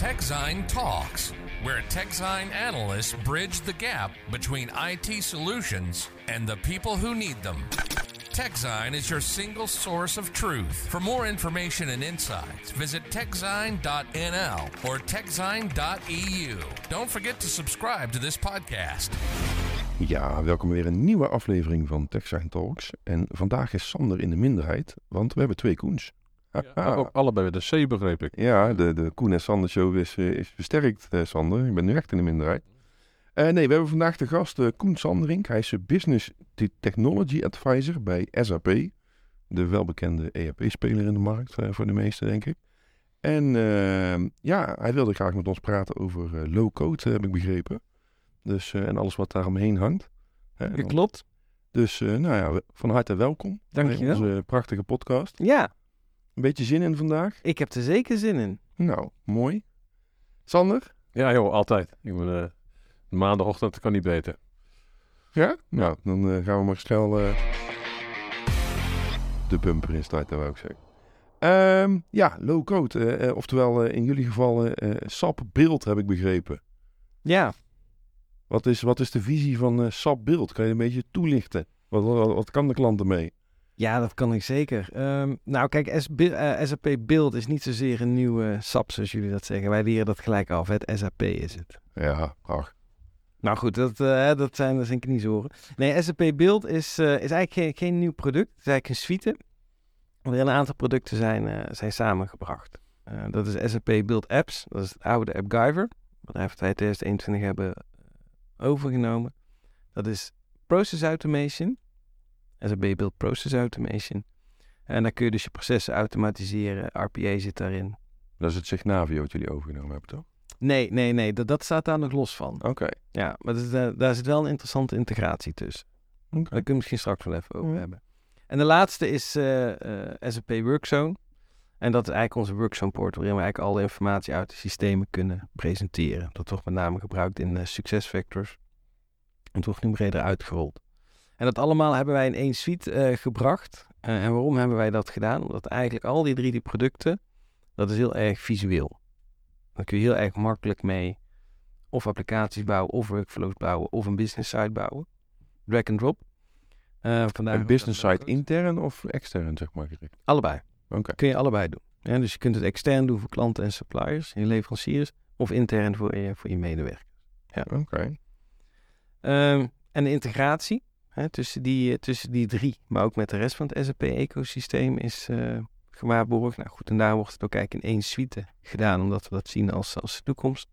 TechZine Talks, where TechZine analysts bridge the gap between IT solutions and the people who need them. TechZine is your single source of truth. For more information and insights, visit techzine.nl or techzine.eu. Don't forget to subscribe to this podcast. Ja, welkom weer een nieuwe aflevering van TechZine Talks. En vandaag is Sander in de minderheid, want we hebben twee Koens. Ja, ook allebei de C, begreep ik. Ja, de Koen en Sander show is versterkt, Sander. Ik ben nu echt in de minderheid. Nee, we hebben vandaag de gast Koen Sanderink. Hij is Business Technology Advisor bij SAP. De welbekende ERP-speler in de markt, voor de meesten, denk ik. En hij wilde graag met ons praten over low-code, heb ik begrepen. Dus, en alles wat daaromheen hangt. Klopt. Dus van harte welkom. Dank je wel. Onze prachtige podcast. Ja. Een beetje zin in vandaag? Ik heb er zeker zin in. Nou, mooi. Sander? Ja joh, altijd. Ik ben, maandagochtend kan niet beter. Ja? Nou, dan gaan we maar snel de bumper instarten, wou ik zeggen. Low-code. Oftewel in jullie geval SAP Build, heb ik begrepen. Ja. Wat is de visie van SAP Build? Kan je een beetje toelichten? Wat kan de klant ermee? Ja, dat kan ik zeker. Kijk, SAP Build is niet zozeer een nieuwe SAP, zoals jullie dat zeggen. Wij leren dat gelijk af. Het SAP is het. Ja, ach. Nou goed, dat zijn kniezoren. Nee, SAP Build is eigenlijk geen nieuw product. Het is eigenlijk een suite. Waarin een aantal producten zijn samengebracht. Dat is SAP Build Apps. Dat is het oude AppGyver. Wat wij 2021 hebben overgenomen. Dat is Process Automation. SAP Build Process Automation. En dan kun je dus je processen automatiseren. RPA zit daarin. Dat is het Signavio wat jullie overgenomen hebben, toch? Nee. Dat staat daar nog los van. Oké. Ja, maar daar zit wel een interessante integratie tussen. Daar kunnen we misschien straks wel even over hebben. En de laatste is SAP Workzone. En dat is eigenlijk onze Workzone port, waarin we eigenlijk alle informatie uit de systemen kunnen presenteren. Dat wordt met name gebruikt in SuccessFactors. En het wordt nu breder uitgerold. En dat allemaal hebben wij in één suite gebracht. En waarom hebben wij dat gedaan? Omdat eigenlijk al die producten, dat is heel erg visueel. Dan kun je heel erg makkelijk mee of applicaties bouwen, of workflows bouwen, of een business site bouwen. Drag and drop. Een business site intern of extern, zeg maar? Allebei. Okay. Kun je allebei doen. Ja, dus je kunt het extern doen voor klanten en suppliers, je leveranciers, of intern voor je medewerkers. Ja. Oké. En de integratie tussen die drie, maar ook met de rest van het SAP-ecosysteem is gewaarborgd. Nou goed, en daar wordt het ook eigenlijk in één suite gedaan, omdat we dat zien als toekomst.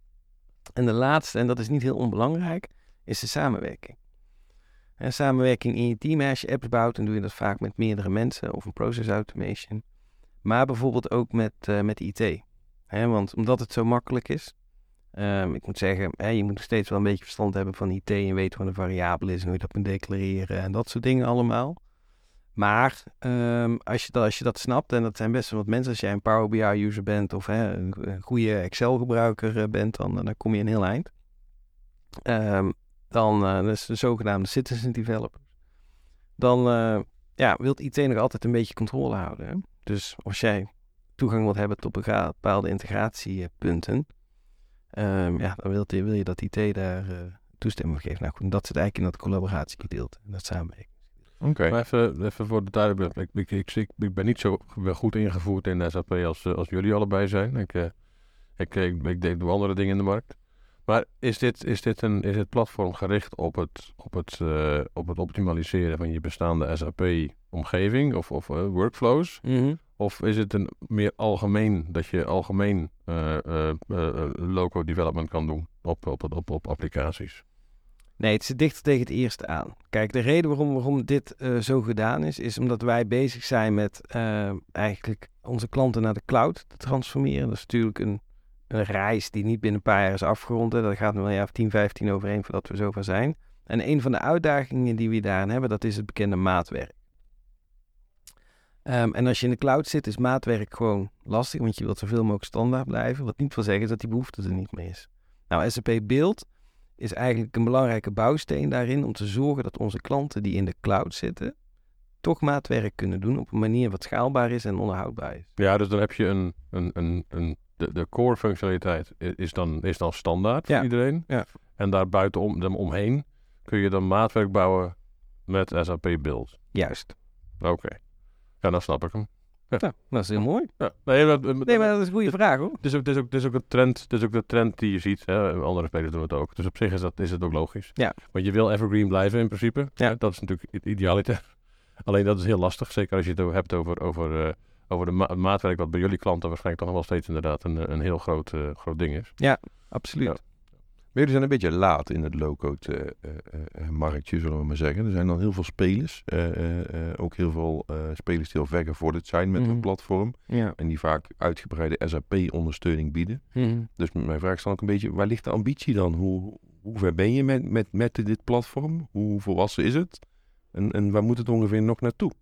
En de laatste, en dat is niet heel onbelangrijk, is de samenwerking. Samenwerking in je team. Als je apps bouwt, dan doe je dat vaak met meerdere mensen of een process automation. Maar bijvoorbeeld ook met IT. Want omdat het zo makkelijk is. Ik moet zeggen, je moet nog steeds wel een beetje verstand hebben van IT en weten wat een variabel is en hoe je dat moet declareren en dat soort dingen allemaal. Maar als je dat snapt, en dat zijn best wel wat mensen, als jij een Power BI-user bent of een goede Excel-gebruiker bent, dan kom je een heel eind. Dan is de zogenaamde citizen developers. Dan wilt IT nog altijd een beetje controle houden. Hè? Dus als jij toegang wilt hebben tot bepaalde integratiepunten, dan wil je dat IT daar toestemming geeft. Nou goed, dat zit eigenlijk in dat collaboratiegedeelte, dat samenwerking. Oké. Maar even voor de duidelijkheid, ik ben niet zo goed ingevoerd in SAP als jullie allebei zijn. Ik doe andere dingen in de markt. Maar is dit platform gericht op het optimaliseren van je bestaande SAP-omgeving of workflows? Mm-hmm. Of is het een meer algemeen, dat je algemeen low-code development kan doen op applicaties? Nee, het zit dichter tegen het eerste aan. Kijk, de reden waarom dit zo gedaan is omdat wij bezig zijn met eigenlijk onze klanten naar de cloud te transformeren. Dat is natuurlijk een reis die niet binnen een paar jaar is afgerond. Daar gaat nog wel een jaar of 10, 15 overheen voordat we zover zijn. En een van de uitdagingen die we daarin hebben, dat is het bekende maatwerk. En als je in de cloud zit, is maatwerk gewoon lastig, want je wilt zoveel mogelijk standaard blijven. Wat niet wil zeggen is dat die behoefte er niet meer is. Nou, SAP Build is eigenlijk een belangrijke bouwsteen daarin om te zorgen dat onze klanten die in de cloud zitten, toch maatwerk kunnen doen op een manier wat schaalbaar is en onderhoudbaar is. Ja, dus dan heb je de core functionaliteit is dan standaard voor Ja. iedereen. Ja. En daar omheen kun je dan maatwerk bouwen met SAP Build. Juist. Oké. Ja, dan snap ik hem. Nou, dat is heel mooi. Ja. Nee, maar dat is een goede vraag, hoor. Het is ook de trend die je ziet. Hè? Andere spelers doen het ook. Dus op zich is het ook logisch. Ja. Want je wil evergreen blijven in principe. Ja. Hè? Dat is natuurlijk het idealiter. Alleen dat is heel lastig. Zeker als je het hebt over het maatwerk wat bij jullie klanten waarschijnlijk toch nog wel steeds inderdaad een heel groot ding is. Absoluut. Ja. Maar jullie zijn een beetje laat in het low-code marktje, zullen we maar zeggen. Er zijn dan heel veel spelers. Ook heel veel spelers die al vergevorderd zijn met het platform. Ja. En die vaak uitgebreide SAP-ondersteuning bieden. Dus mijn vraag is dan ook een beetje, waar ligt de ambitie dan? Hoe ver ben je met dit platform? Hoe volwassen is het? En waar moet het ongeveer nog naartoe?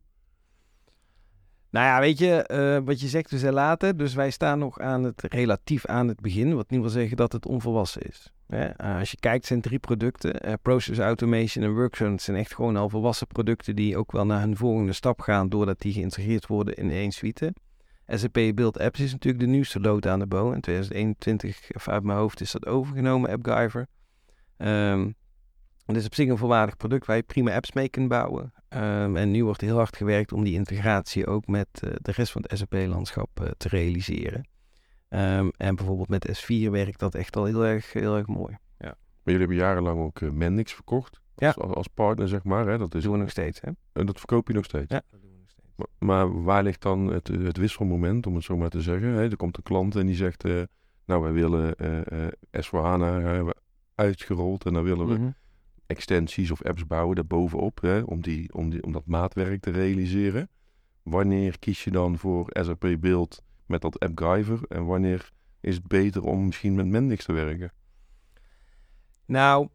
Nou ja, weet je, wat je zegt, we zijn later. Dus wij staan nog relatief aan het begin. Wat niet wil zeggen dat het onvolwassen is. Als je kijkt, zijn 3 producten. Process Automation en Workzone. Het zijn echt gewoon al volwassen producten die ook wel naar hun volgende stap gaan, doordat die geïntegreerd worden in één suite. SAP Build Apps is natuurlijk de nieuwste lood aan de boom. In 2021, of uit mijn hoofd, is dat overgenomen, AppGyver. Het is op zich een volwaardig product waar je prima apps mee kunt bouwen. En nu wordt heel hard gewerkt om die integratie ook met de rest van het SAP-landschap te realiseren. En bijvoorbeeld met S4 werkt dat echt al heel erg mooi. Ja. Maar jullie hebben jarenlang ook Mendix verkocht. Ja. Als partner, zeg maar. Hè? Dat doen we nog steeds, hè? En dat verkoop je nog steeds? Ja, dat doen we nog steeds. Maar waar ligt dan het wisselmoment, om het zo maar te zeggen? Hè? Er komt een klant en die zegt, nou, wij willen S4HANA uitgerold en dan willen we extensies of apps bouwen daarbovenop, hè, om dat maatwerk te realiseren. Wanneer kies je dan voor SAP Build met dat AppGyver en wanneer is het beter om misschien met Mendix te werken? Nou,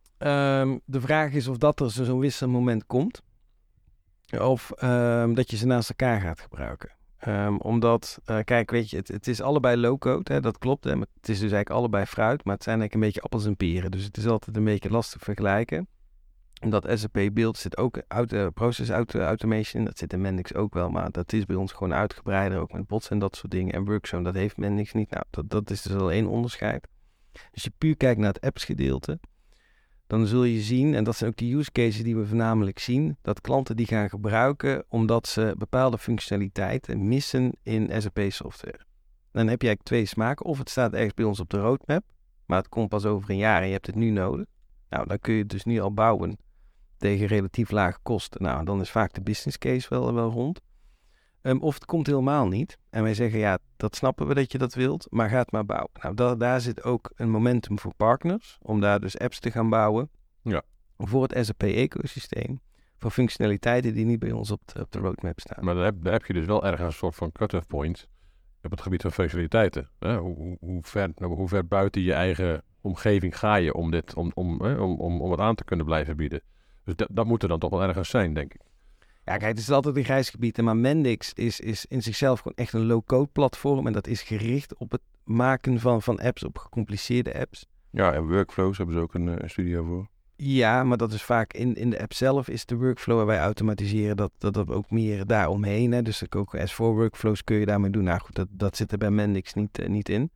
de vraag is of dat er zo'n wisselmoment komt of dat je ze naast elkaar gaat gebruiken. Omdat, kijk, weet je, het is allebei low-code, hè, dat klopt. Hè, maar het is dus eigenlijk allebei fruit, maar het zijn eigenlijk een beetje appels en peren. Dus het is altijd een beetje lastig vergelijken. Omdat SAP Build zit ook Process Automation, dat zit in Mendix ook wel, maar dat is bij ons gewoon uitgebreider, ook met bots en dat soort dingen. En Workzone, dat heeft Mendix niet. Nou, dat is dus al één onderscheid. Als je puur kijkt naar het apps gedeelte, dan zul je zien, en dat zijn ook de use cases die we voornamelijk zien, dat klanten die gaan gebruiken omdat ze bepaalde functionaliteiten missen in SAP software. Dan heb je eigenlijk 2 smaken. Of het staat ergens bij ons op de roadmap, maar het komt pas over een jaar en je hebt het nu nodig. Nou, dan kun je het dus nu al bouwen tegen relatief lage kosten. Nou, dan is vaak de business case wel rond. Of het komt helemaal niet. En wij zeggen, ja, dat snappen we dat je dat wilt, maar ga het maar bouwen. Nou, daar zit ook een momentum voor partners, om daar dus apps te gaan bouwen. Ja. Voor het SAP-ecosysteem. Voor functionaliteiten die niet bij ons op de roadmap staan. Maar dan heb je dus wel ergens een soort van cut-off point op het gebied van functionaliteiten. Hè? Hoe ver buiten je eigen omgeving ga je om het aan te kunnen blijven bieden? Dus dat moet er dan toch wel ergens zijn, denk ik. Ja, kijk, het is altijd een grijs gebied. Maar Mendix is in zichzelf gewoon echt een low-code platform. En dat is gericht op het maken van apps, op gecompliceerde apps. Ja, en workflows hebben ze ook een studio voor. Ja, maar dat is vaak in de app zelf is de workflow waar wij automatiseren dat ook meer daaromheen. Hè. Dus ook S4 workflows kun je daarmee doen. Nou goed, dat zit er bij Mendix niet in.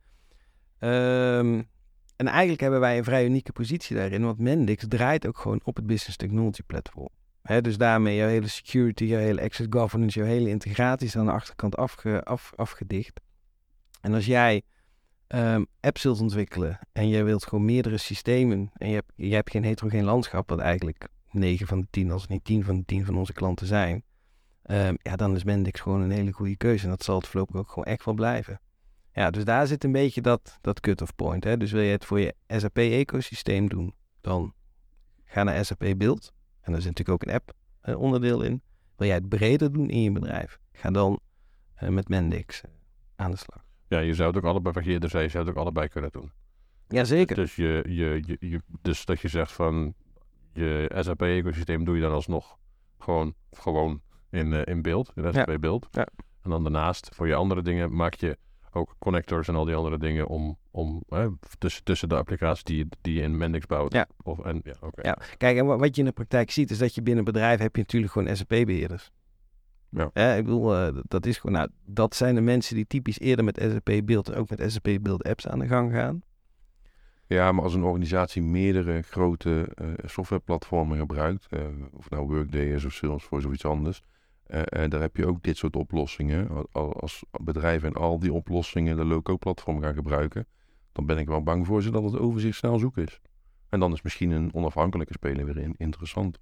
En eigenlijk hebben wij een vrij unieke positie daarin. Want Mendix draait ook gewoon op het Business Technology Platform. Dus daarmee jouw hele security, jouw hele access governance, jouw hele integratie is aan de achterkant afgedicht. En als jij apps wilt ontwikkelen en je wilt gewoon meerdere systemen en je hebt geen heterogeen landschap, wat eigenlijk 9 van de 10, als het niet 10 van de 10 van onze klanten zijn, dan is Mendix gewoon een hele goede keuze. En dat zal het voorlopig ook gewoon echt wel blijven. Ja, dus daar zit een beetje dat cut-off point. Hè? Dus wil je het voor je SAP-ecosysteem doen, dan ga naar SAP Build. En daar zit natuurlijk ook een app onderdeel in. Wil jij het breder doen in je bedrijf, ga dan met Mendix aan de slag. Ja, je zou het ook allebei, wat je eerder zei, je zou het ook allebei kunnen doen. Jazeker. Dus, dus dat je zegt van je SAP-ecosysteem doe je dan alsnog gewoon in beeld, in SAP Build. Ja. En dan daarnaast voor je andere dingen maak je ook connectors en al die andere dingen om tussen de applicaties die je in Mendix bouwt. Ja. Okay. Ja. Kijk, en wat je in de praktijk ziet is dat je binnen een bedrijf heb je natuurlijk gewoon SAP-beheerders. Ja. Ik bedoel, dat is gewoon... Nou, dat zijn de mensen die typisch eerder met SAP Build en ook met SAP Build apps aan de gang gaan. Ja, maar als een organisatie meerdere grote softwareplatformen gebruikt, of het nou Workday is of Salesforce of iets anders, daar heb je ook dit soort oplossingen. Als bedrijven en al die oplossingen de low-code-platform gaan gebruiken, dan ben ik wel bang voor ze dat het overzicht snel zoek is. En dan is misschien een onafhankelijke speler weer interessant.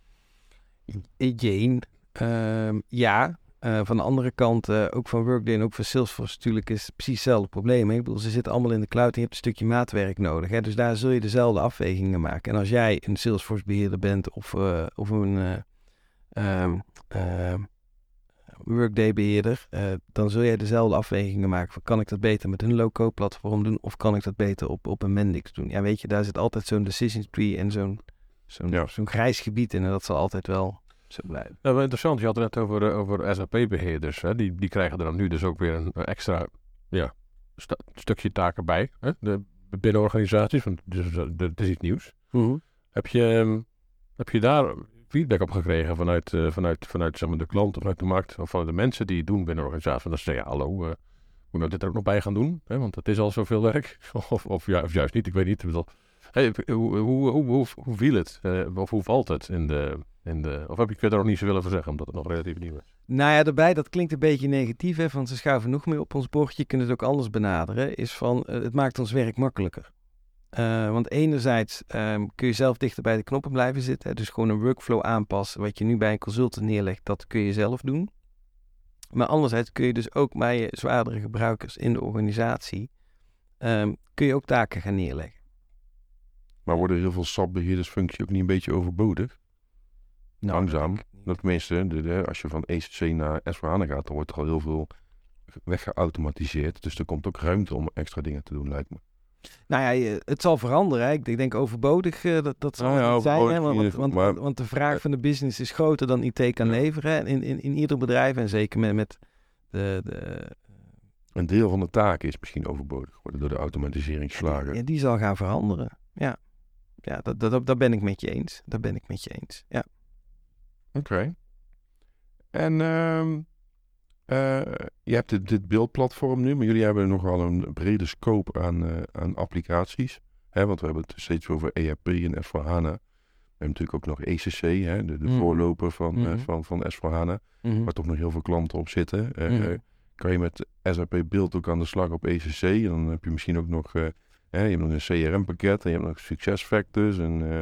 Ja. Van de andere kant, ook van Workday en ook van Salesforce natuurlijk is het precies hetzelfde probleem. Hè? Ik bedoel, ze zitten allemaal in de cloud en je hebt een stukje maatwerk nodig. Hè? Dus daar zul je dezelfde afwegingen maken. En als jij een Salesforce beheerder bent of een Workday beheerder, dan zul jij dezelfde afwegingen maken van kan ik dat beter met een low-code platform doen of kan ik dat beter op een Mendix doen. Ja, weet je, daar zit altijd zo'n decision tree en zo'n grijs gebied in en dat zal altijd wel zo blijven. Nou, wel interessant, je had het net over SAP-beheerders. Hè? Die krijgen er dan nu dus ook weer een extra stukje taken bij. Hè? De binnenorganisaties, want het is iets nieuws. Mm-hmm. Heb je daar feedback op gekregen vanuit zeg maar, de klant of vanuit de markt of vanuit de mensen die het doen binnen de organisatie? Van dat ze zeggen, hallo, moet nou dit er ook nog bij gaan doen? Hè? Want het is al zoveel werk. of juist niet, ik weet niet. Hoe viel het? Of hoe valt het in de of kun je daar nog niet zoveel over zeggen, omdat het nog relatief nieuw is? Nou ja, daarbij, dat klinkt een beetje negatief, hè, van ze schuiven nog meer op ons bordje, kunnen het ook anders benaderen, is van, het maakt ons werk makkelijker. Want enerzijds kun je zelf dichter bij de knoppen blijven zitten, hè, dus gewoon een workflow aanpassen, wat je nu bij een consultant neerlegt, dat kun je zelf doen. Maar anderzijds kun je dus ook bij je zwaardere gebruikers in de organisatie, kun je ook taken gaan neerleggen. Maar worden heel veel SAP-beheerdersfuncties ook niet een beetje overbodig? Nou, langzaam. Tenminste, als je van ECC naar S/4HANA gaat, dan wordt er al heel veel weggeautomatiseerd. Dus er komt ook ruimte om extra dingen te doen, lijkt me. Nou ja, het zal veranderen. Hè. Ik denk overbodig, dat zal het niet zijn. Hè? Want de vraag van de business is groter dan IT kan leveren. In ieder bedrijf en zeker met de... Een deel van de taken is misschien overbodig geworden door de automatiseringsslagen. Ja, die zal gaan veranderen. Ja, daar ben ik met je eens. Ja. Oké. En je hebt dit beeldplatform nu, maar jullie hebben nogal een brede scope aan applicaties. Hè, want we hebben het steeds over ERP en S/4HANA. We hebben natuurlijk ook nog ECC, hè, de voorloper van S/4HANA, waar toch nog heel veel klanten op zitten. Kan je met SAP Build ook aan de slag op ECC? En dan heb je misschien ook nog... je hebt nog een CRM-pakket en je hebt nog SuccessFactors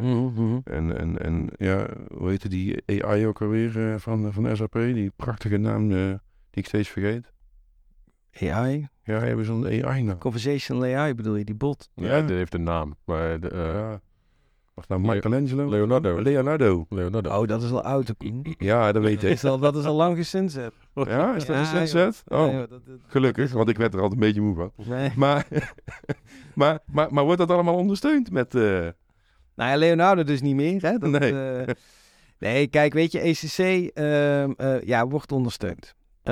en hoe heette die AI ook alweer van SAP? Die prachtige naam die ik steeds vergeet. AI? Ja, hebben zo'n AI nou. Conversational AI bedoel je, die bot? Ja, die heeft een naam. Maar Wacht nou, Michelangelo? Leonardo. Oh, dat is al oud. Ja, dat weet ik. Dat is al lang gesunset. Ja, is dat een sunset? Oh, gelukkig, want ik werd er altijd een beetje moe van. Nee. Maar wordt dat allemaal ondersteund met... Nou ja, Leonardo dus niet meer, hè? Nee. Nee, kijk, weet je, ECC wordt ondersteund.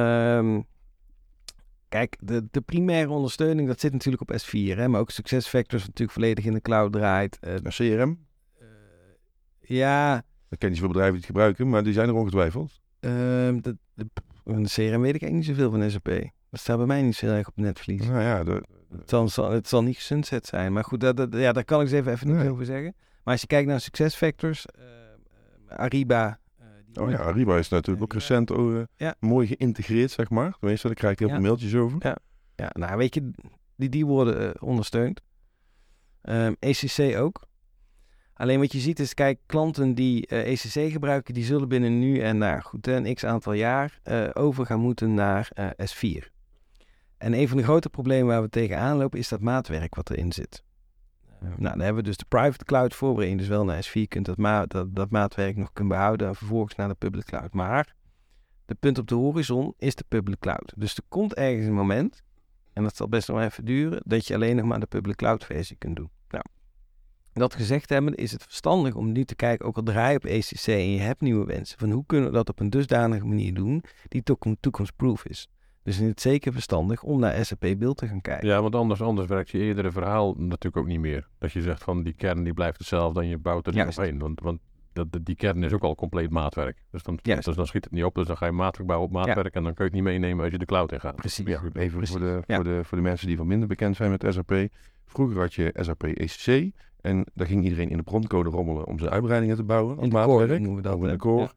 Kijk, de primaire ondersteuning, dat zit natuurlijk op S4, hè? Maar ook SuccessFactors natuurlijk volledig in de cloud draait. CRM? Ja. Ik ken niet zoveel bedrijven die het gebruiken, maar die zijn er ongetwijfeld. De CRM weet ik eigenlijk niet zoveel van SAP. Dat staat bij mij niet zo erg op netvlies. Nou ja, het zal niet gesunset zijn. Maar goed, daar kan ik eens even niet over zeggen. Maar als je kijkt naar SuccessFactors, Ariba... Ariba is natuurlijk ook recent mooi geïntegreerd, zeg maar. Tenminste, daar krijg ik heel veel mailtjes over. Ja, nou weet je, die worden ondersteund. ECC ook. Alleen wat je ziet is, kijk, klanten die ECC gebruiken, die zullen binnen nu en een x aantal jaar over gaan moeten naar S4. En een van de grote problemen waar we tegenaan lopen is dat maatwerk wat erin zit. Nou, dan hebben we dus de private cloud voor, waarin je dus wel naar S4 kunt dat maatwerk nog kunt behouden en vervolgens naar de public cloud. Maar de punt op de horizon is de public cloud. Dus er komt ergens een moment, en dat zal best nog even duren, dat je alleen nog maar de public cloud versie kunt doen. Nou, dat gezegd hebben, is het verstandig om nu te kijken, ook al draai je op ECC en je hebt nieuwe wensen, van hoe kunnen we dat op een dusdanige manier doen die toekomstproof is. Dus is het zeker verstandig om naar SAP Build te gaan kijken. Ja, want anders werkt je eerdere verhaal natuurlijk ook niet meer. Dat je zegt van die kern die blijft hetzelfde en je bouwt er niet omheen. Want die kern is ook al compleet maatwerk. Dus dan schiet het niet op. Dus dan ga je maatwerk bouwen op maatwerk en dan kun je het niet meenemen als je de cloud ingaat. Precies. Ja, even Precies. voor de mensen die wat minder bekend zijn met SAP. Vroeger had je SAP ECC en daar ging iedereen in de broncode rommelen om zijn uitbreidingen te bouwen. In de maatwerk. core noemen we dat. In de core,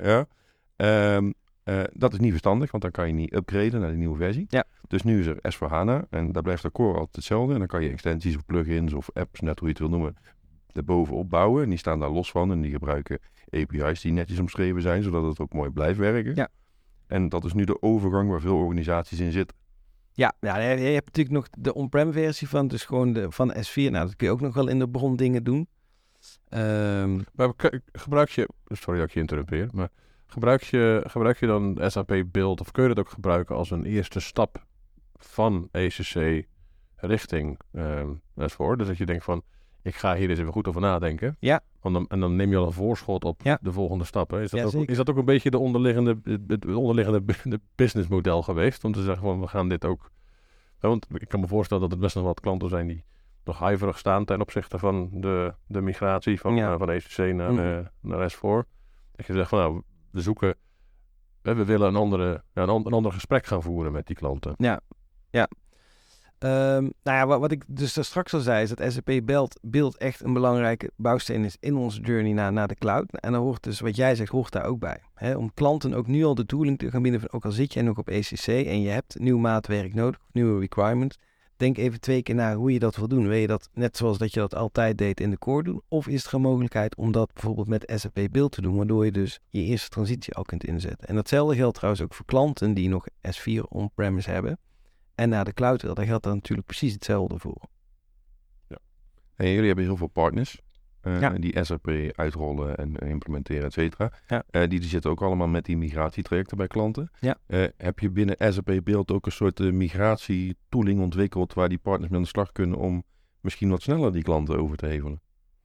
dat is niet verstandig, want dan kan je niet upgraden naar de nieuwe versie. Ja. Dus nu is er S/4HANA en daar blijft de core altijd hetzelfde. En dan kan je extensies of plugins of apps, net hoe je het wil noemen, erbovenop bouwen. En die staan daar los van en die gebruiken API's die netjes omschreven zijn, zodat het ook mooi blijft werken. Ja. En dat is nu de overgang waar veel organisaties in zitten. Ja, je hebt natuurlijk nog de on-prem versie van, dus gewoon van S4. Nou, dat kun je ook nog wel in de bron dingen doen. Maar gebruik je, sorry dat ik je interrumpeer, maar gebruik je dan SAP Build of kun je dat ook gebruiken als een eerste stap van ECC richting S4? Dus dat je denkt van, ik ga hier eens even goed over nadenken. Ja. En dan neem je al een voorschot op de volgende stappen. Is dat ook een beetje het onderliggende businessmodel geweest? Om te zeggen van, we gaan dit ook... Want ik kan me voorstellen dat er best nog wat klanten zijn die nog huiverig staan ten opzichte van de migratie van ECC naar S4. Dat je zegt van, nou, we willen een ander gesprek gaan voeren met die klanten. Ja. Wat ik dus daar straks al zei, is dat SAP Build echt een belangrijke bouwsteen is in onze journey naar de cloud. En dan hoort dus, wat jij zegt, hoort daar ook bij. Om klanten ook nu al de tooling te gaan bieden, ook al zit jij nog op ECC en je hebt nieuw maatwerk nodig, nieuwe requirements. Denk even 2 keer na hoe je dat wil doen. Wil je dat net zoals dat je dat altijd deed in de core doen? Of is er een mogelijkheid om dat bijvoorbeeld met SAP Build te doen, waardoor je dus je eerste transitie al kunt inzetten? En datzelfde geldt trouwens ook voor klanten die nog S4 on-premise hebben en naar de cloud wil. Daar geldt dan natuurlijk precies hetzelfde voor. Ja. En jullie hebben heel veel partners die SAP uitrollen en implementeren, et cetera. Ja. Die zitten ook allemaal met die migratietrajecten bij klanten. Ja. Heb je binnen SAP Build ook een soort migratietooling ontwikkeld waar die partners mee aan de slag kunnen om misschien wat sneller die klanten over te hevelen?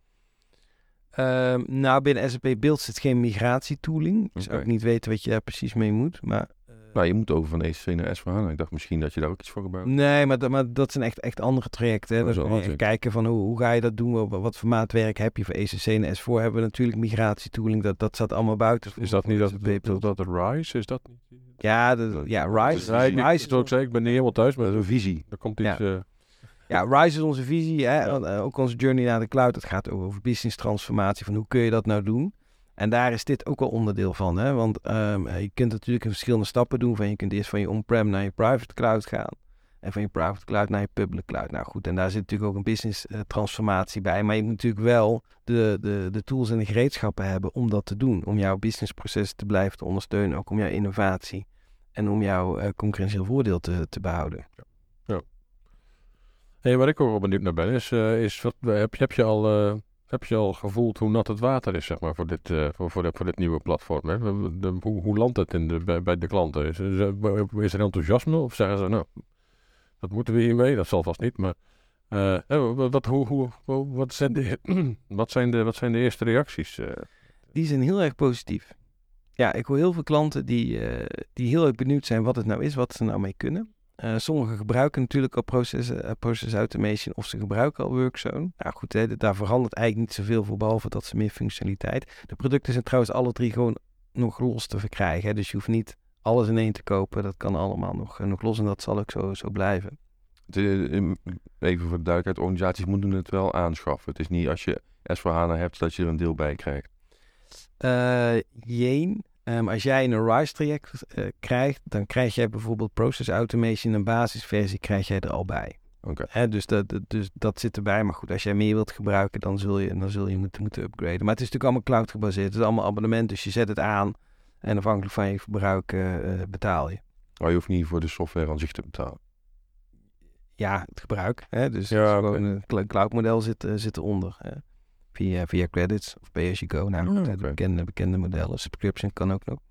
Binnen SAP Build zit geen migratietooling. Dus ook niet weten wat je daar precies mee moet. Maar je moet over van ECC naar S/4HANA. Ik dacht misschien dat je daar ook iets voor gebruikt. Nee, maar dat zijn echt andere trajecten. Hè. Kijken van hoe ga je dat doen? Wat voor maatwerk heb je voor ECC en S4? Hebben we natuurlijk migratietooling. Dat staat allemaal buiten. Is dat niet dat RISE? Is dat niet? RISE. RISE zoals ik zei, ik ben niet helemaal thuis, maar dat is een visie. Er komt iets... RISE is onze visie. Hè? Ook onze journey naar de cloud. Het gaat over business transformatie. Van hoe kun je dat nou doen? En daar is dit ook wel onderdeel van. Hè? Want je kunt natuurlijk verschillende stappen doen. Je kunt eerst van je on-prem naar je private cloud gaan. En van je private cloud naar je public cloud. Nou goed, en daar zit natuurlijk ook een business transformatie bij. Maar je moet natuurlijk wel de tools en de gereedschappen hebben om dat te doen. Om jouw businessproces te blijven te ondersteunen. Ook om jouw innovatie. En om jouw concurrentieel voordeel te behouden. Ja. Hey, waar ik ook wel benieuwd naar ben is heb je al gevoeld hoe nat het water is, zeg maar, voor dit nieuwe platform? Hè? Hoe landt het bij de klanten? Is er enthousiasme of zeggen ze, nou, dat moeten we hiermee? Dat zal vast niet, maar wat zijn de eerste reacties? Die zijn heel erg positief. Ja, ik hoor heel veel klanten die heel erg benieuwd zijn wat het nou is, wat ze nou mee kunnen. Sommigen gebruiken natuurlijk al process automation of ze gebruiken al Workzone. Nou goed, daar verandert eigenlijk niet zoveel voor, behalve dat ze meer functionaliteit. De producten zijn trouwens alle 3 gewoon nog los te verkrijgen. Hè? Dus je hoeft niet alles in één te kopen. Dat kan allemaal nog los en dat zal ook zo blijven. Even voor de duidelijkheid, organisaties moeten het wel aanschaffen. Het is niet als je S/4HANA hebt dat je er een deel bij krijgt. Als jij een RISE traject krijgt, dan krijg jij bijvoorbeeld Process Automation, een basisversie, krijg jij er al bij. Okay. Dus dat zit erbij. Maar goed, als jij meer wilt gebruiken, dan zul je moeten upgraden. Maar het is natuurlijk allemaal cloud gebaseerd. Het is allemaal abonnement, dus je zet het aan en afhankelijk van je verbruik betaal je. Oh, je hoeft niet voor de software aan zich te betalen. Ja, het gebruik. Dus gewoon een cloud model zit eronder. Via credits of pay-as-you-go. Bekende modellen. Subscription kan ook nog.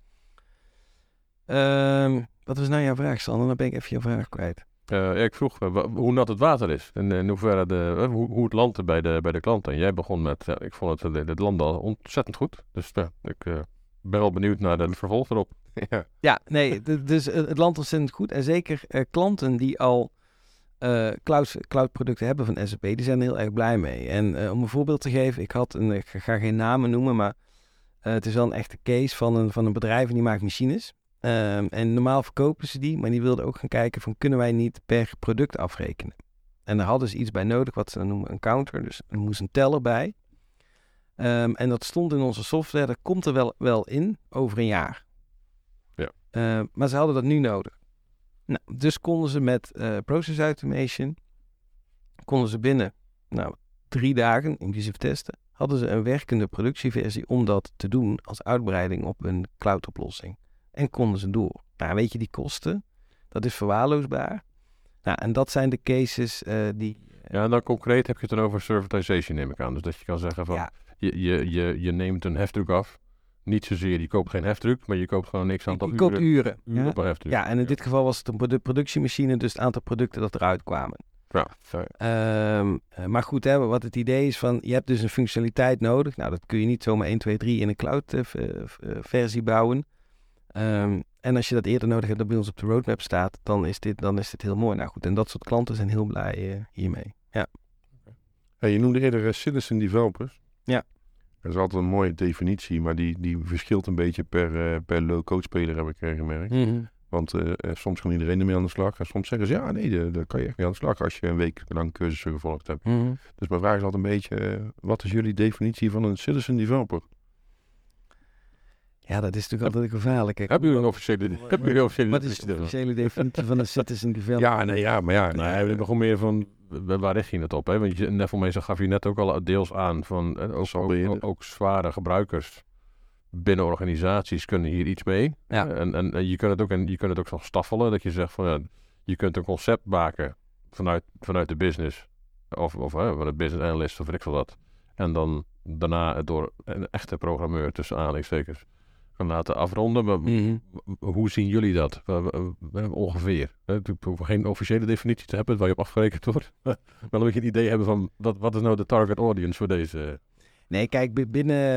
Wat was nou jouw vraag, Sander? Dan ben ik even jouw vraag kwijt. Ik vroeg hoe nat het water is. En in hoeverre hoe het landt bij de klant. En jij begon met, ik vond het land al ontzettend goed. Dus ik ben wel benieuwd naar het vervolg erop. Dus het landt ontzettend goed. En zeker klanten die al cloud producten hebben van SAP, die zijn er heel erg blij mee. En om een voorbeeld te geven, ik ga geen namen noemen, maar Het is wel een echte case van een bedrijf en die maakt machines. En normaal verkopen ze die, maar die wilden ook gaan kijken van kunnen wij niet per product afrekenen. En daar hadden ze iets bij nodig wat ze dan noemen een counter. Dus er moest een teller bij. En dat stond in onze software, dat komt er wel in over een jaar. Ja. Maar ze hadden dat nu nodig. Nou, dus konden ze met Process Automation, konden ze binnen 3 dagen, inclusief testen, hadden ze een werkende productieversie om dat te doen als uitbreiding op een cloud-oplossing. En konden ze door. Nou, weet je, die kosten, dat is verwaarloosbaar. Nou, en dat zijn de cases die... Ja, en dan concreet heb je het dan over servitization, neem ik aan. Dus dat je kan zeggen van, je neemt een heftruck af. Niet zozeer, je koopt geen heftruck, maar je koopt gewoon niks aantal uren. Je koopt uren. Uren per heftruck. Ja, en in dit geval was het de productiemachine, dus het aantal producten dat eruit kwamen. Ja. Maar goed, wat het idee is van, je hebt dus een functionaliteit nodig. Nou, dat kun je niet zomaar 1, 2, 3 in een cloud versie bouwen. En als je dat eerder nodig hebt, dat bij ons op de roadmap staat, dan is dit heel mooi. Nou goed, en dat soort klanten zijn heel blij hiermee. Ja. Hey, je noemde eerder citizen developers. Ja. Dat is altijd een mooie definitie, maar die verschilt een beetje per low-code speler, heb ik gemerkt. Mm-hmm. Want soms kan iedereen ermee aan de slag. En soms zeggen ze, ja, nee, daar kan je echt mee aan de slag als je een week lang cursussen gevolgd hebt. Mm-hmm. Dus mijn vraag is altijd een beetje, wat is jullie definitie van een citizen developer? Ja, dat is natuurlijk altijd gevaarlijk. Hebben jullie een officiële Wat is de officiële definitie van een citizen developer? Maar ja. Nee, we hebben gewoon meer van, waar richt je het op? Hè? Want Nefelmeester gaf je net ook al deels aan van, ook zware gebruikers binnen organisaties kunnen hier iets mee. Ja. En je kunt het ook zo staffelen, dat je zegt van, ja, je kunt een concept maken vanuit de business, of van de business analyst of weet ik veel wat. En dan daarna door een echte programmeur, tussen aanhalingstekens, gaan laten afronden. Maar hoe zien jullie dat? Ongeveer. We hoeven geen officiële definitie te hebben waar je op afgerekend wordt. Maar dan moet je een idee hebben van wat is nou de target audience voor deze? Nee, kijk,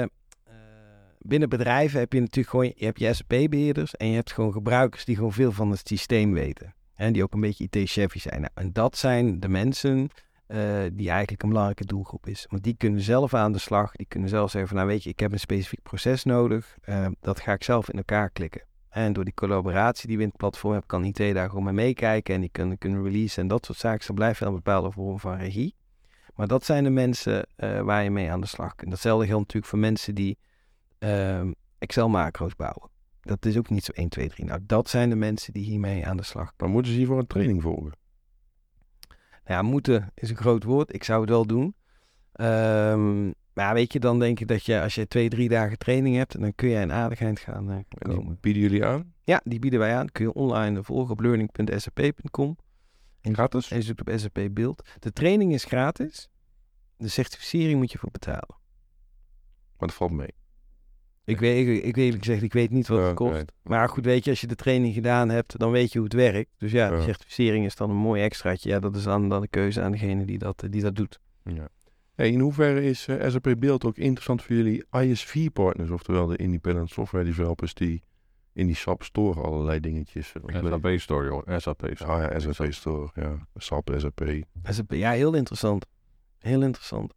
binnen bedrijven heb je natuurlijk gewoon, je hebt je SAP-beheerders en je hebt gewoon gebruikers die gewoon veel van het systeem weten. En die ook een beetje IT-savvy zijn. Nou, en dat zijn de mensen die eigenlijk een belangrijke doelgroep is. Want die kunnen zelf aan de slag. Die kunnen zelf zeggen van, nou weet je, ik heb een specifiek proces nodig. Dat ga ik zelf in elkaar klikken. En door die collaboratie die we in het platform hebben, kan IT daar gewoon mee meekijken. En die kunnen releasen en dat soort zaken. Dus er blijft wel een bepaalde vorm van regie. Maar dat zijn de mensen waar je mee aan de slag kunt. Datzelfde geldt natuurlijk voor mensen die Excel-macro's bouwen. Dat is ook niet zo 1, 2, 3. Nou, dat zijn de mensen die hiermee aan de slag kunnen. Maar moeten ze hiervoor een training volgen? Nou ja, moeten is een groot woord. Ik zou het wel doen. Maar weet je, dan denk ik dat je als je 2, 3 dagen training hebt, dan kun je een aardigheid gaan komen. Bieden jullie aan? Ja, die bieden wij aan. Kun je online volgen op learning.sap.com. Gratis? En je zoekt op SAP Build. De training is gratis. De certificering moet je voor betalen. Maar dat valt mee. Ik weet eerlijk gezegd, ik weet niet wat het kost. Right. Maar goed, weet je, als je de training gedaan hebt, dan weet je hoe het werkt. Dus ja, de Ja. certificering is dan een mooi extraatje. Ja, dat is dan de keuze aan degene die dat doet. Ja. Hey, in hoeverre is SAP Build ook interessant voor jullie ISV-partners, oftewel de independent software developers die in die SAP Store allerlei dingetjes... SAP Store, joh. SAP Store. Ah ja, SAP Store, ja. SAP, SAP. Ja, heel interessant. Heel interessant.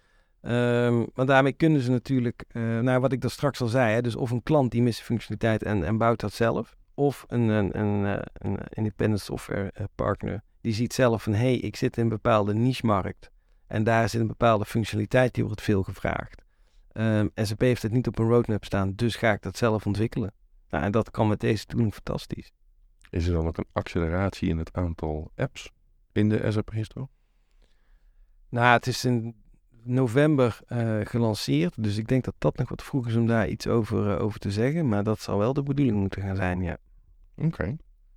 Want daarmee kunnen ze natuurlijk, wat ik daar straks al zei, hè, dus of een klant die mist de functionaliteit en bouwt dat zelf, of een independent software partner die ziet zelf van, hey, ik zit in een bepaalde niche-markt en daar zit een bepaalde functionaliteit die wordt veel gevraagd. SAP heeft het niet op een roadmap staan, dus ga ik dat zelf ontwikkelen. Nou, en dat kan met deze tooling fantastisch. Is er dan ook een acceleratie in het aantal apps in de SAP Store? Nou, het is in november gelanceerd. Dus ik denk dat dat nog wat vroeg is om daar iets over te zeggen. Maar dat zal wel de bedoeling moeten gaan zijn, ja. Oké.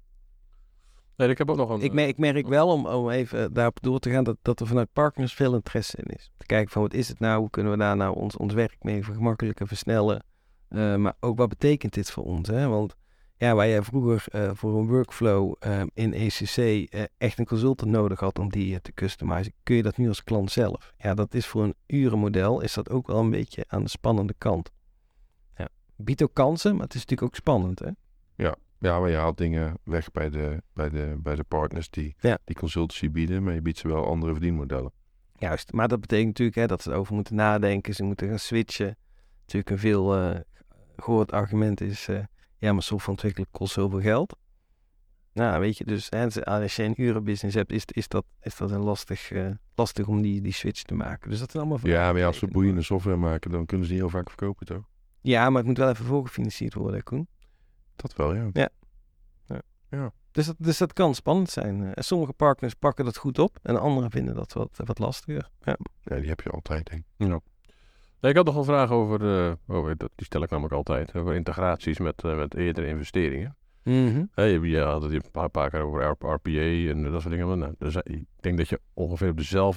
Nee, ik heb ook nog een... Ik merk wel, om even daarop door te gaan, dat er vanuit partners veel interesse in is. Te kijken van, wat is het nou? Hoe kunnen we daar nou ons werk mee vergemakkelijken, versnellen? Maar ook, wat betekent dit voor ons? Hè? Want ja, waar jij vroeger voor een workflow in ECC echt een consultant nodig had om die te customizen, kun je dat nu als klant zelf. Ja, dat is voor een urenmodel, is dat ook wel een beetje aan de spannende kant. Ja. Biedt ook kansen, maar het is natuurlijk ook spannend, hè? Ja, maar je haalt dingen weg bij de partners die consultancy bieden, maar je biedt ze wel andere verdienmodellen. Juist, maar dat betekent natuurlijk dat ze erover moeten nadenken, ze moeten gaan switchen. natuurlijk een veel gehoord argument is... maar software ontwikkelen kost zoveel geld. Nou, weet je, dus als je een urenbusiness hebt, is dat een lastig om die switch te maken. Dus dat is allemaal... Ja, maar als ze boeiende software maken, dan kunnen ze die heel vaak verkopen, toch? Ja, maar het moet wel even voorgefinancierd worden, Koen. Dat wel, ja. Ja. Dus dat kan spannend zijn. Sommige partners pakken dat goed op en anderen vinden dat wat lastiger. Ja, die heb je altijd, denk ik. Ja. Nee, ik had nog een vraag over, die stel ik namelijk altijd, over integraties met eerdere investeringen. Mm-hmm. Je had het een paar keer over RPA en dat soort dingen. Nou, dus ik denk dat je ongeveer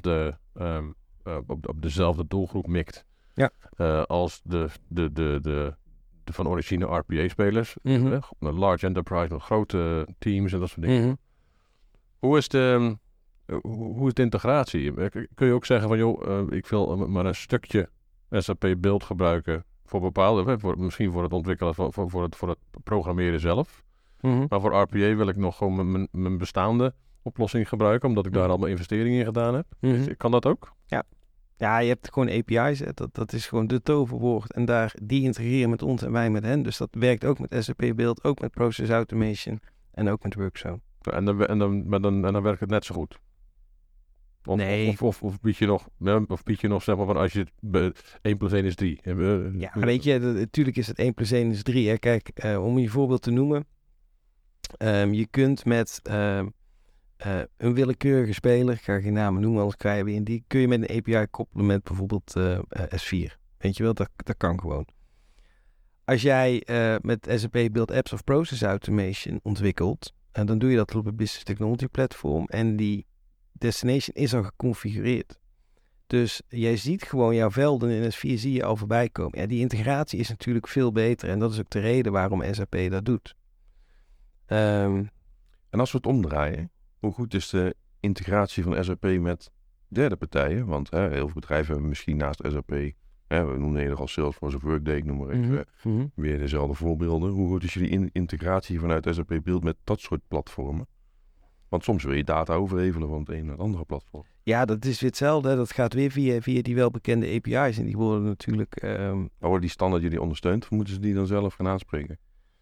op dezelfde doelgroep mikt. Ja. Als de van origine RPA-spelers. Mm-hmm. Een large enterprise met grote teams en dat soort dingen. Mm-hmm. Hoe is de integratie? Kun je ook zeggen van, joh, ik wil maar een stukje SAP-beeld gebruiken voor bepaalde, misschien voor het ontwikkelen, voor het programmeren zelf. Mm-hmm. Maar voor RPA wil ik nog gewoon mijn bestaande oplossing gebruiken, omdat ik daar al mijn investeringen in gedaan heb. Mm-hmm. Kan dat ook? Ja, je hebt gewoon API's. Dat is gewoon de toverwoord. En die integreren met ons en wij met hen. Dus dat werkt ook met SAP-beeld, ook met Process Automation en ook met Workzone. En dan werkt het net zo goed? Nee. Of bied je nog, zeg maar, van als je 1 + 1 is 3. Ja, weet je, natuurlijk is het 1 + 1 is 3. Hè. Kijk, om je voorbeeld te noemen. Je kunt met een willekeurige speler, ik ga geen namen noemen, anders krijg je weer in die, kun je met een API koppelen met bijvoorbeeld S4. Weet je wel, dat kan gewoon. Als jij met SAP Build Apps of Process Automation ontwikkelt, dan doe je dat op een Business Technology platform en die destination is al geconfigureerd. Dus jij ziet gewoon jouw velden in S4 zie je al voorbij komen. Ja, die integratie is natuurlijk veel beter en dat is ook de reden waarom SAP dat doet. En als we het omdraaien, hoe goed is de integratie van SAP met derde partijen? Want heel veel bedrijven hebben misschien naast SAP, we noemen eerder al Salesforce of Workday, ik noem maar even weer dezelfde voorbeelden. Hoe goed is jullie integratie vanuit SAP Build met dat soort platformen? Want soms wil je data overhevelen van het een naar het andere platform. Ja, dat is weer hetzelfde. Dat gaat weer via die welbekende API's. En die worden natuurlijk... Maar worden die standaard jullie ondersteund? Of moeten ze die dan zelf gaan aanspreken?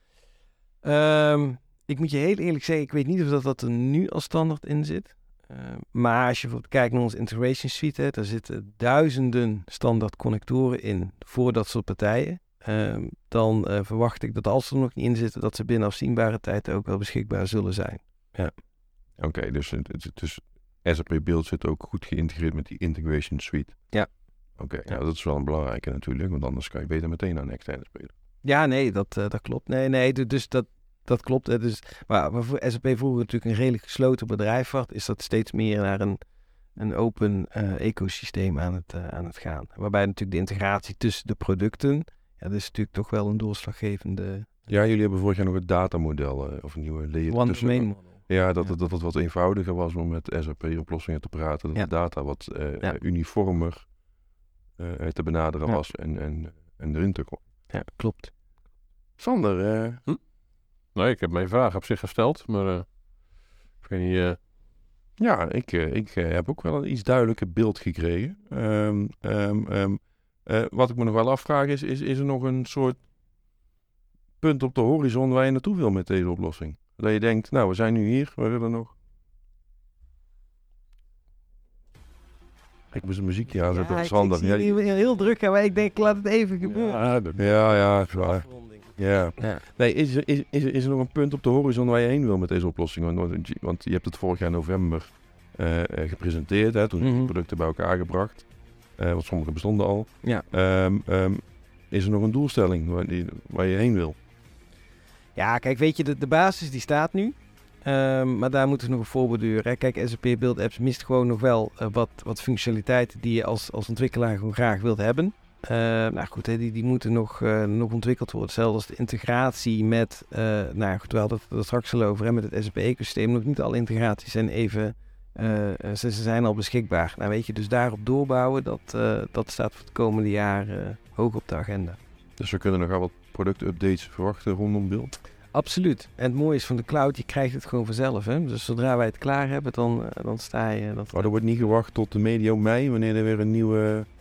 Ik moet je heel eerlijk zeggen, ik weet niet of dat er nu als standaard in zit. Maar als je bijvoorbeeld kijkt naar onze integration suite, daar zitten duizenden standaard connectoren in voor dat soort partijen. Dan verwacht ik dat als ze er nog niet in zitten, dat ze binnen afzienbare tijd ook wel beschikbaar zullen zijn. Ja. Oké, dus SAP Build zit ook goed geïntegreerd met die integration suite. Ja. Oké, ja, dat is wel een belangrijke natuurlijk, want anders kan je beter meteen aan externe spelen. Ja, nee, dat klopt. Nee, dus dat klopt. Hè. Dus, maar voor SAP vroeger natuurlijk een redelijk gesloten bedrijf was, is dat steeds meer naar een open ecosysteem aan het gaan. Waarbij natuurlijk de integratie tussen de producten, ja, dat is natuurlijk toch wel een doorslaggevende... Ja, jullie hebben vorig jaar nog het datamodel of een nieuwe layer One tussen. domain model. Ja, dat het wat eenvoudiger was om met SAP-oplossingen te praten. Dat de data wat uniformer te benaderen was en erin te komen. Ja, klopt. Sander? Nee, ik heb mijn vraag op zich gesteld, maar ik weet niet... Ja, ik heb ook wel een iets duidelijker beeld gekregen. Wat ik me nog wel afvraag is er nog een soort punt op de horizon waar je naartoe wil met deze oplossing? Dat je denkt, nou, we zijn nu hier, we willen nog... Ik moest een muziekje aanzetten op Sander. Ik zie heel druk gaan, maar ik denk, laat het even gebeuren. Ja, is waar. Ja. Nee, is er nog een punt op de horizon waar je heen wil met deze oplossing? Want je hebt het vorig jaar november gepresenteerd, hè, toen de producten bij elkaar gebracht. Want sommige bestonden al. Ja. Is er nog een doelstelling waar je heen wil? Ja, kijk, weet je, de basis die staat nu. Maar daar moeten we nog een voorborduren. Kijk, SAP Build Apps mist gewoon nog wel wat functionaliteiten die je als ontwikkelaar gewoon graag wilt hebben. Nou goed, die moeten nog ontwikkeld worden. Hetzelfde als de integratie met, nou goed, we hadden het er straks al over, met het SAP-ecosysteem. Nog niet alle integraties zijn even, ze zijn al beschikbaar. Nou weet je, dus daarop doorbouwen, dat staat voor het komende jaar hoog op de agenda. Dus we kunnen nog wel wat productupdates verwachten rondom Build? Absoluut. En het mooie is van de cloud, je krijgt het gewoon vanzelf. Hè? Dus zodra wij het klaar hebben, dan sta je... Er wordt niet gewacht tot de medio mei, wanneer er weer een nieuwe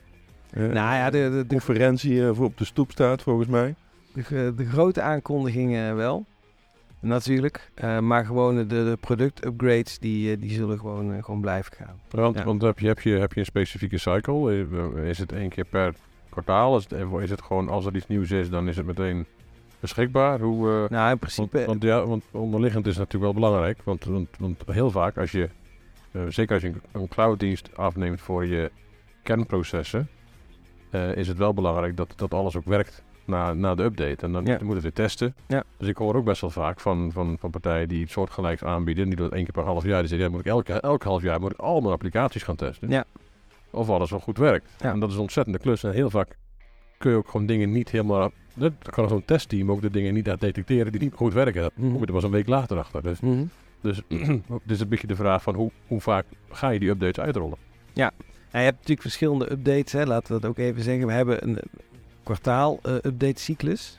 Nou ja, de conferentie voor op de stoep staat volgens mij. De grote aankondigingen wel, natuurlijk. Maar gewoon de product-upgrades, die zullen gewoon blijven gaan. Want heb je een specifieke cycle? Is het 1 keer per kwartaal? Is het gewoon, als er iets nieuws is, dan is het meteen beschikbaar? Nou, in principe... Want onderliggend is natuurlijk wel belangrijk. Want heel vaak, zeker als je een clouddienst afneemt voor je kernprocessen, is het wel belangrijk dat alles ook werkt na de update. En dan moeten we het testen. Ja. Dus ik hoor ook best wel vaak van partijen die iets soortgelijks aanbieden. Die doen het 1 keer per half jaar. Die zeggen, moet ik elk half jaar moet ik al mijn applicaties gaan testen. Ja. Of alles wel goed werkt. Ja. En dat is een ontzettende klus. En heel vaak kun je ook gewoon dingen niet helemaal... Dan kan zo'n testteam ook de dingen niet detecteren die niet goed werken. Dan kom je er pas een week later achter. Dus dit is een beetje de vraag van hoe vaak ga je die updates uitrollen? Ja, je hebt natuurlijk verschillende updates. Hè. Laten we dat ook even zeggen. We hebben een kwartaal update-cyclus.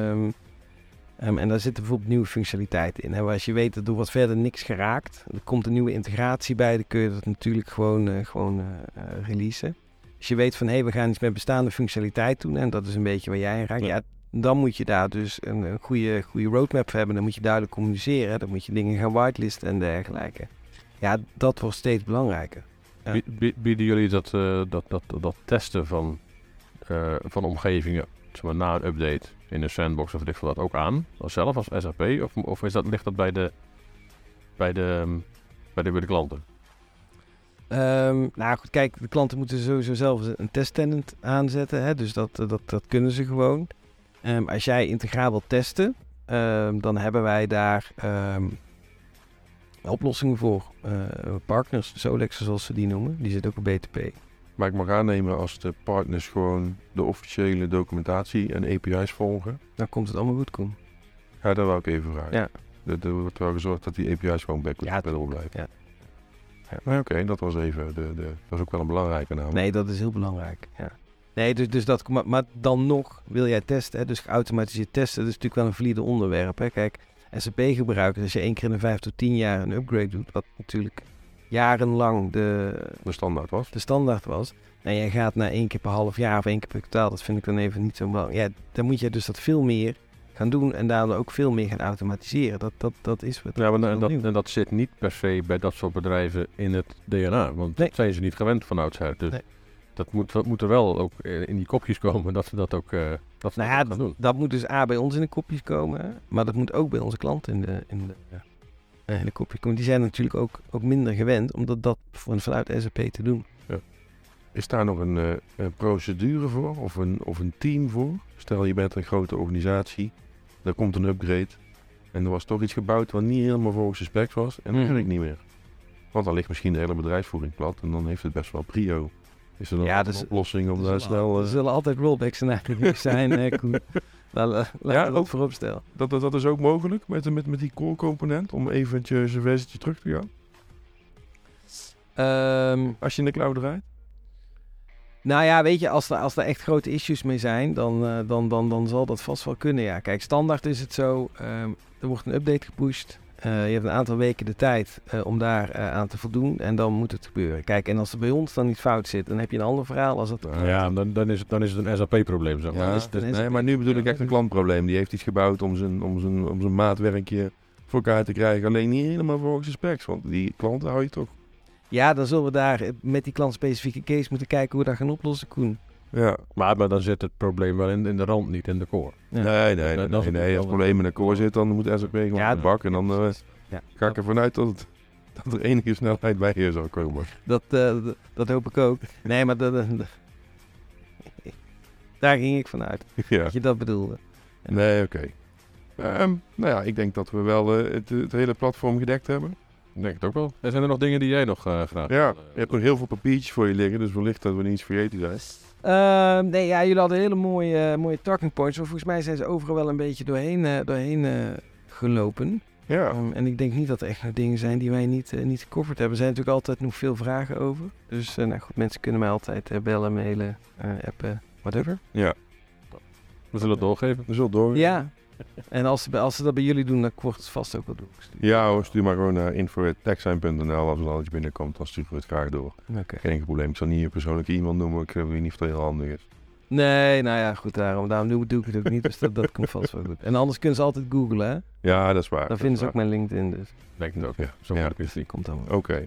En daar zitten bijvoorbeeld nieuwe functionaliteiten in. Hè. Als je weet dat er wordt verder niks geraakt, er komt een nieuwe integratie bij, dan kun je dat natuurlijk gewoon releasen. Als je weet van, we gaan iets met bestaande functionaliteit doen, en dat is een beetje waar jij in raakt, dan moet je daar dus een goede roadmap voor hebben. Dan moet je duidelijk communiceren, dan moet je dingen gaan whitelisten en dergelijke. Ja, dat wordt steeds belangrijker. Ja. Bieden jullie dat testen van omgevingen, zeg maar, na een update in een sandbox of ligt dat ook aan, zelf als SAP, of ligt dat bij de klanten? Nou goed, kijk, de klanten moeten sowieso zelf een testtenant aanzetten, hè, dus dat kunnen ze gewoon. Als jij integraal wilt testen, dan hebben wij daar oplossingen voor. Partners, Solex zoals ze die noemen, die zit ook op BTP. Maar ik mag aannemen als de partners gewoon de officiële documentatie en API's volgen. Dan komt het allemaal goed, Koen. Ja, dat wou ik even vragen. Ja. Er wordt wel gezorgd dat die API's gewoon backwards blijven. Ja. Nou, oké, dat was even dat is ook wel een belangrijke naam. Nee, dat is heel belangrijk. Ja. Nee, dus dat, maar dan nog wil jij testen, hè, dus geautomatiseerd testen, dat is natuurlijk wel een valide onderwerp. Hè. Kijk, SAP-gebruikers, als je 1 keer in de 5 tot 10 jaar een upgrade doet, wat natuurlijk jarenlang de standaard was. En jij gaat naar 1 keer per half jaar of 1 keer per kwartaal, dat vind ik dan even niet zo belangrijk. Ja, dan moet je dus dat veel meer gaan doen en daardoor ook veel meer gaan automatiseren. Dat is wat. Ja, en dat zit niet per se bij dat soort bedrijven in het DNA, want dat zijn ze niet gewend van oudsher. Dus dat moet er wel ook in die kopjes komen dat ze dat ook gaan doen. Dat moet dus bij ons in de kopjes komen, maar dat moet ook bij onze klanten in de kopjes komen. Die zijn natuurlijk ook minder gewend om dat vanuit SAP te doen. Ja. Is daar nog een procedure voor of een team voor? Stel je bent een grote organisatie, er komt een upgrade en er was toch iets gebouwd wat niet helemaal volgens de specs was en dat werkt niet meer. Want dan ligt misschien de hele bedrijfsvoering plat en dan heeft het best wel prio. Is er dan een oplossing om daar snel... Er zullen altijd rollback scenario's zijn, Koen. Laten we dat voorop stellen. Dat is ook mogelijk met die core component om eventjes een versietje terug te gaan? Als je in de cloud draait? Nou ja, weet je, als er echt grote issues mee zijn, dan zal dat vast wel kunnen. Ja, kijk, standaard is het zo, er wordt een update gepusht. Je hebt een aantal weken de tijd om daar aan te voldoen en dan moet het gebeuren. Kijk, en als er bij ons dan niet fout zit, dan heb je een ander verhaal. Als het dan is het een SAP-probleem. Zeg maar. Nee, maar nu bedoel ik echt een klantprobleem. Die heeft iets gebouwd om zijn maatwerkje voor elkaar te krijgen. Alleen niet helemaal volgens de specs, want die klanten hou je toch. Ja, dan zullen we daar met die klantspecifieke case moeten kijken hoe we dat gaan oplossen, Koen. Ja. Maar dan zit het probleem wel in de rand, niet in de core. Ja. Nee. Als het probleem in de core zit, dan moet SAP gewoon de bak. En dan ga ik ervan uit dat er enige snelheid bij hier zal komen. Dat hoop ik ook. Nee, maar daar ging ik vanuit. Ja. Dat je dat bedoelde. Nee, oké. Ik denk dat we wel het hele platform gedekt hebben. Ik denk het ook wel. Zijn er nog dingen die jij nog graag... Ja, je hebt nog heel veel papiertjes voor je liggen, dus wellicht dat we niet vergeten zijn. Jullie hadden hele mooie talking points, maar volgens mij zijn ze overal wel een beetje doorheen gelopen. Ja. En ik denk niet dat er echt nog dingen zijn die wij niet gecoverd hebben. Er zijn natuurlijk altijd nog veel vragen over. Dus mensen kunnen mij altijd bellen, mailen, appen, whatever. Ja. We zullen het doorgeven. Ja. En als ze dat bij jullie doen, dan wordt het vast ook wel doorgestuurd. Ja hoor, stuur maar gewoon naar info@techsign.nl. Als er al iets binnenkomt, dan sturen we het graag door. Oké. Geen enkel probleem. Ik zal niet je persoonlijke e-mail noemen. Ik weet niet of dat heel handig is. Nee, nou ja, goed, daarom doe ik het ook niet. Dus dat komt vast wel goed. En anders kunnen ze altijd googlen, hè? Ja, dat is waar. Dan vinden ze ook mijn LinkedIn, dus Denk ik ook. Ja. Zo Ja. moeilijk is die. komt dan wel. Oké.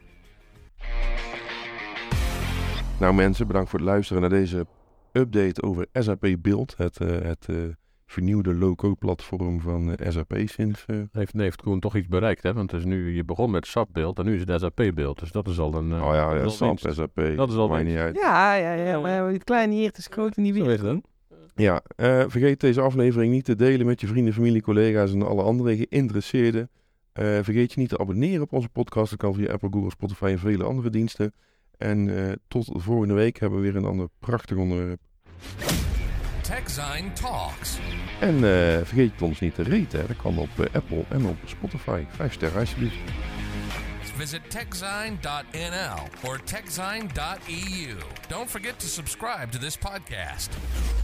Nou mensen, bedankt voor het luisteren naar deze update over SAP Build. Het vernieuwde low-code platform van SAP sinds... Heeft Koen toch iets bereikt, hè? Want het is nu, je begon met SAP beeld en nu is het SAP beeld. Dus dat is al een... oh ja, dat is al SAP, winst. SAP. Dat is al maakt winst. niet uit. Ja, maar het kleine hier, het is groot in die Zo wereld. is het. Ja, vergeet deze aflevering niet te delen met je vrienden, familie, collega's en alle andere geïnteresseerden. Vergeet je niet te abonneren op onze podcast. Dat kan via Apple, Google, Spotify en vele andere diensten. En tot volgende week hebben we weer een ander prachtig onderwerp. TechZine Talks. En vergeet ons niet te raten. Hè. Dat kan op Apple en op Spotify. 5 sterren alsjeblieft. Visit techzine.nl or techzine.eu. Don't forget to subscribe to this podcast.